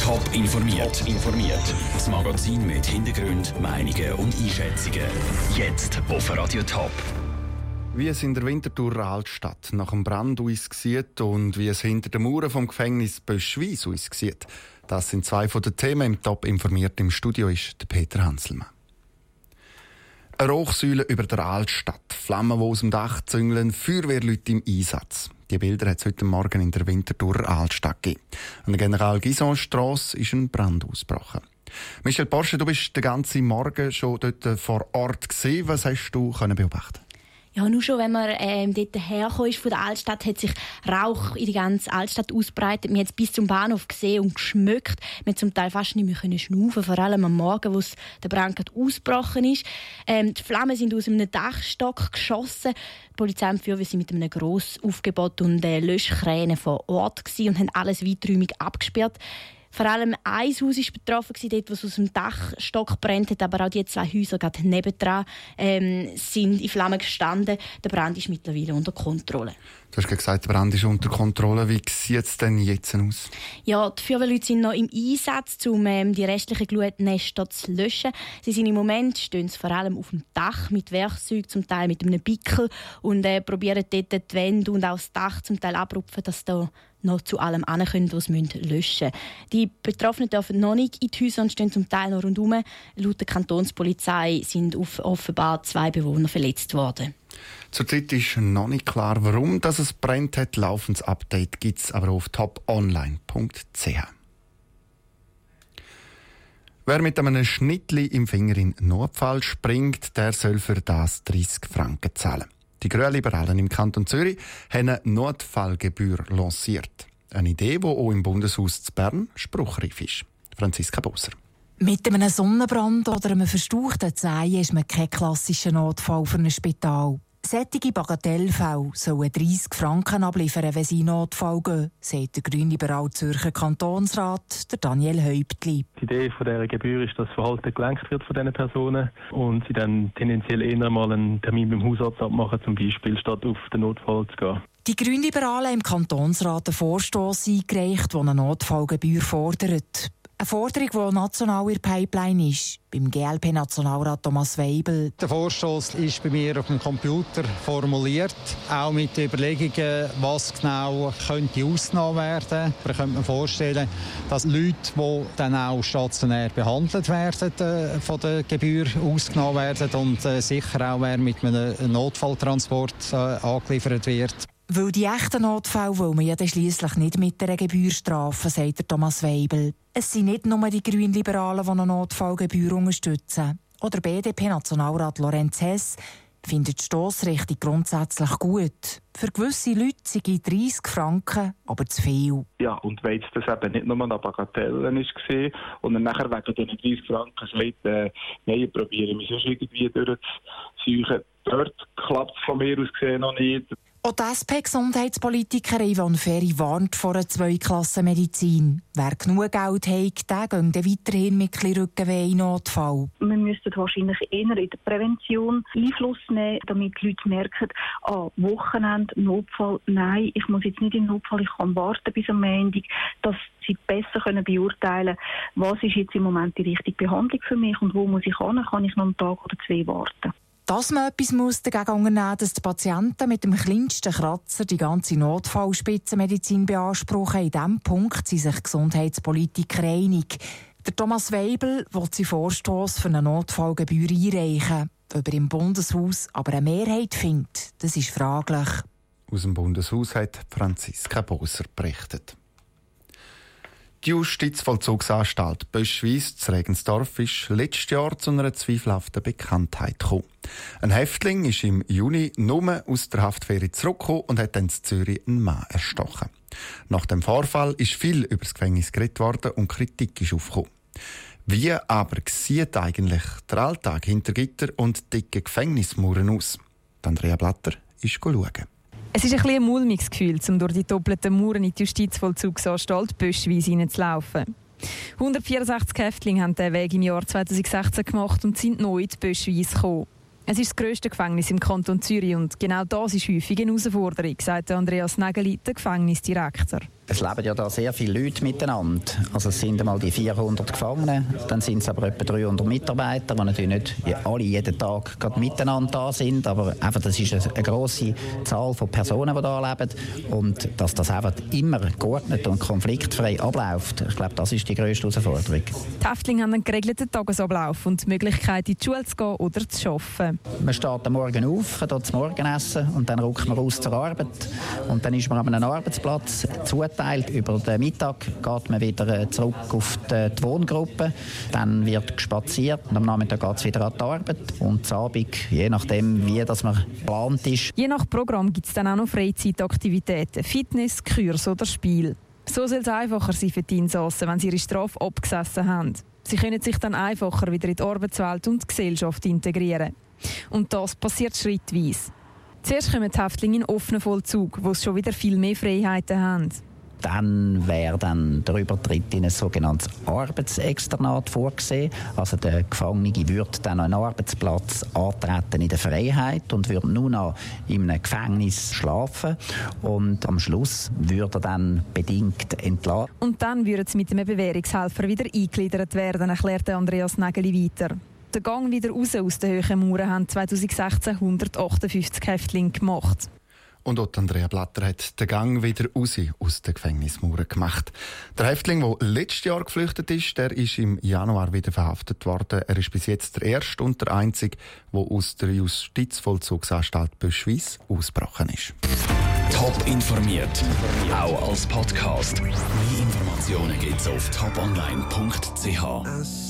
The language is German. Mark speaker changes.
Speaker 1: Top informiert. Das Magazin mit Hintergrund, Meinungen und Einschätzungen. Jetzt auf Radio Top.
Speaker 2: Wie es in der Winterthurer Altstadt nach dem Brand aussieht und wie es hinter den Mauern vom Gefängnis Böschweiss aussieht, das sind zwei von den Themen im Top informiert. Im Studio ist der Peter Hanselmann. Eine Rauchsäule über der Altstadt, Flammen, die aus dem Dach züngeln, Feuerwehrleute im Einsatz. Die Bilder hat es heute Morgen in der Winterthurer Altstadt gegeben. An der General-Gyson-Strasse ist ein Brand ausgebrochen. Michel Porsche, du bist den ganzen Morgen schon dort vor Ort gewesen. Was hast du beobachten?
Speaker 3: Ja, nur schon, wenn man dort hergekommen ist von der Altstadt, hat sich Rauch in die ganze Altstadt ausbreitet. Man hat es bis zum Bahnhof gesehen und geschmückt. Man konnte zum Teil fast nicht mehr schnaufen, vor allem am Morgen, wo der Brand ausgebrochen ist. Die Flammen sind aus einem Dachstock geschossen. Die Polizei und die Feuerwehr waren mit einem grossen Aufgebot und Löschkränen vor Ort und haben alles weiträumig abgesperrt. Vor allem ein Haus war betroffen, dort, wo es aus dem Dachstock brennt hat, aber auch die zwei Häuser gerade nebendran sind in Flammen gestanden. Der Brand ist mittlerweile unter Kontrolle.
Speaker 2: Du hast gesagt, der Brand ist unter Kontrolle. Wie sieht es denn jetzt aus?
Speaker 3: Ja, die Feuerwehrleute sind noch im Einsatz, um die restlichen Glutnester zu löschen. Sie sind im Moment stehen vor allem auf dem Dach mit Werkzeugen, zum Teil mit einem Pickel, und probieren dort die Wände und auch das Dach zum Teil abrupfen, dass da noch zu allem hin können, was sie löschen müssen. Die Betroffenen dürfen noch nicht in die Häuser und stehen zum Teil noch rundherum. Laut der Kantonspolizei sind offenbar 2 Bewohner verletzt worden.
Speaker 2: Zurzeit ist noch nicht klar, warum es brennt hat. Laufendes Update gibt es aber auf toponline.ch. Wer mit einem Schnittli im Finger in Notfall springt, der soll für das 30 Franken zahlen. Die Grünliberalen im Kanton Zürich haben eine Notfallgebühr lanciert. Eine Idee, die auch im Bundeshaus zu Bern spruchreif ist. Franziska Boser.
Speaker 4: Mit einem Sonnenbrand oder einem verstauchten Zehen ist man kein klassischer Notfall für ein Spital. Solche Bagatellfälle sollen 30 Franken abliefern, wenn sie in Notfall gehen, sagt der grünliberale Zürcher Kantonsrat, der Daniel Häuptli.
Speaker 5: Die Idee von dieser Gebühr ist, dass das Verhalten gelenkt wird von diesen Personen und sie dann tendenziell eher mal einen Termin beim Hausarzt abmachen, zum Beispiel, statt auf den Notfall zu gehen.
Speaker 4: Die Grünliberalen im Kantonsrat einen Vorstoss eingereicht, der eine Notfallgebühr fordert. Eine Forderung, die national in der Pipeline ist, beim GLP-Nationalrat Thomas Weibel.
Speaker 6: Der Vorstoss ist bei mir auf dem Computer formuliert, auch mit den Überlegungen, was genau könnte ausgenommen werden. Man könnte mir vorstellen, dass Leute, die dann auch stationär behandelt werden, von der Gebühr ausgenommen werden und sicher auch, wer mit einem Notfalltransport angeliefert wird.
Speaker 4: Weil die echten Notfälle will man ja schliesslich nicht mit einer Gebühr strafen, sagt der Thomas Weibel. Es sind nicht nur die Grünliberalen, die eine Notfallgebühr unterstützen. Oder BDP-Nationalrat Lorenz Hess findet die Stossrichtung grundsätzlich gut. Für gewisse Leute sind 30 Franken aber zu viel.
Speaker 7: Ja, und wenn das eben nicht nur eine Bagatelle war und dann nachher wegen diesen 30 Franken sagt, nein, probieren wir es irgendwie durchzuziehen. Dort klappt es von mir aus gesehen noch nicht.
Speaker 4: Auch die SP-Gesundheitspolitikerin Yvonne Ferry warnt vor einer Zweiklassenmedizin. Wer genug Geld hat, der geht weiterhin mit ein bisschen Rückenweh in Notfall.
Speaker 8: Wir müssten wahrscheinlich eher in der Prävention Einfluss nehmen, damit die Leute merken, Wochenende, Notfall, nein, ich muss jetzt nicht in Notfall, ich kann warten bis am Montag, dass sie besser beurteilen können, was ist jetzt im Moment die richtige Behandlung für mich und wo muss ich hin, kann ich noch einen Tag oder 2 warten.
Speaker 4: Dass man etwas dagegen unternehmen muss, dass die Patienten mit dem kleinsten Kratzer die ganze Notfallspitzenmedizin beanspruchen, in diesem Punkt sind sich Gesundheitspolitiker einig. Der Thomas Weibel will seinen Vorstoss für eine Notfallgebühr einreichen. Ob er im Bundeshaus aber eine Mehrheit findet, das ist fraglich.
Speaker 2: Aus dem Bundeshaus hat Franziska Boser berichtet. Die Justizvollzugsanstalt Böschweiss zu Regensdorf ist letztes Jahr zu einer zweifelhaften Bekanntheit gekommen. Ein Häftling ist im Juni nur aus der Haftferie zurückgekommen und hat dann in Zürich einen Mann erstochen. Nach dem Vorfall ist viel über das Gefängnis geredet worden und Kritik ist aufgekommen. Wie aber sieht eigentlich der Alltag hinter Gitter und dicken Gefängnismauern aus? Andrea Blatter ist schauen.
Speaker 9: Es ist ein mulmiges Gefühl, um durch die doppelten Mauern in die Justizvollzugsanstalt Böschweiss hineinzulaufen. 164 Häftlinge haben diesen Weg im Jahr 2016 gemacht und sind neu in die Böschweiss gekommen. Es ist das grösste Gefängnis im Kanton Zürich und genau das ist häufig eine Herausforderung, sagt Andreas Nägeli, der Gefängnisdirektor.
Speaker 10: Es leben ja da sehr viele Leute miteinander. Also es sind einmal die 400 Gefangenen, dann sind es aber etwa 300 Mitarbeiter, die natürlich nicht alle jeden Tag gerade miteinander da sind, aber einfach, das ist eine grosse Zahl von Personen, die da leben, und dass das einfach immer geordnet und konfliktfrei abläuft. Ich glaube, das ist die grösste Herausforderung.
Speaker 9: Die Häftlinge haben einen geregelten Tagesablauf und die Möglichkeit, in die Schule zu gehen oder zu arbeiten.
Speaker 10: Man steht am Morgen auf, geht zum Morgenessen und dann rückt man raus zur Arbeit. Und dann ist man an einem Arbeitsplatz zugeteilt. Über den Mittag geht man wieder zurück auf die Wohngruppe. Dann wird gespaziert und am Nachmittag geht es wieder an die Arbeit. Und am Abend, je nachdem, wie das man geplant ist.
Speaker 9: Je nach Programm gibt es dann auch noch Freizeitaktivitäten, Fitness, Kurs oder Spiel. So soll es einfacher sein für die Insassen, wenn sie ihre Strafe abgesessen haben. Sie können sich dann einfacher wieder in die Arbeitswelt und die Gesellschaft integrieren. Und das passiert schrittweise. Zuerst kommen die Häftlinge in offenen Vollzug, wo sie schon wieder viel mehr Freiheiten haben.
Speaker 10: Dann wäre der Übertritt in ein sogenanntes Arbeitsexternat vorgesehen. Also der Gefangene würde dann einen Arbeitsplatz antreten in der Freiheit und würde nur noch in einem Gefängnis schlafen. Und am Schluss würde er dann bedingt entlassen.
Speaker 9: Und dann würden sie mit einem Bewährungshelfer wieder eingegliedert werden, erklärte Andreas Nägeli weiter. Den Gang wieder raus aus den hohen Mauern haben 2016 158 Häftlinge gemacht.
Speaker 2: Und auch Andrea Blatter hat den Gang wieder raus aus den Gefängnismauern gemacht. Der Häftling, der letztes Jahr geflüchtet ist, der ist im Januar wieder verhaftet worden. Er ist bis jetzt der erste und der einzige, der aus der Justizvollzugsanstalt Böschwies ausgebrochen ist.
Speaker 1: Top informiert, auch als Podcast. Mehr Informationen gibt's auf toponline.ch.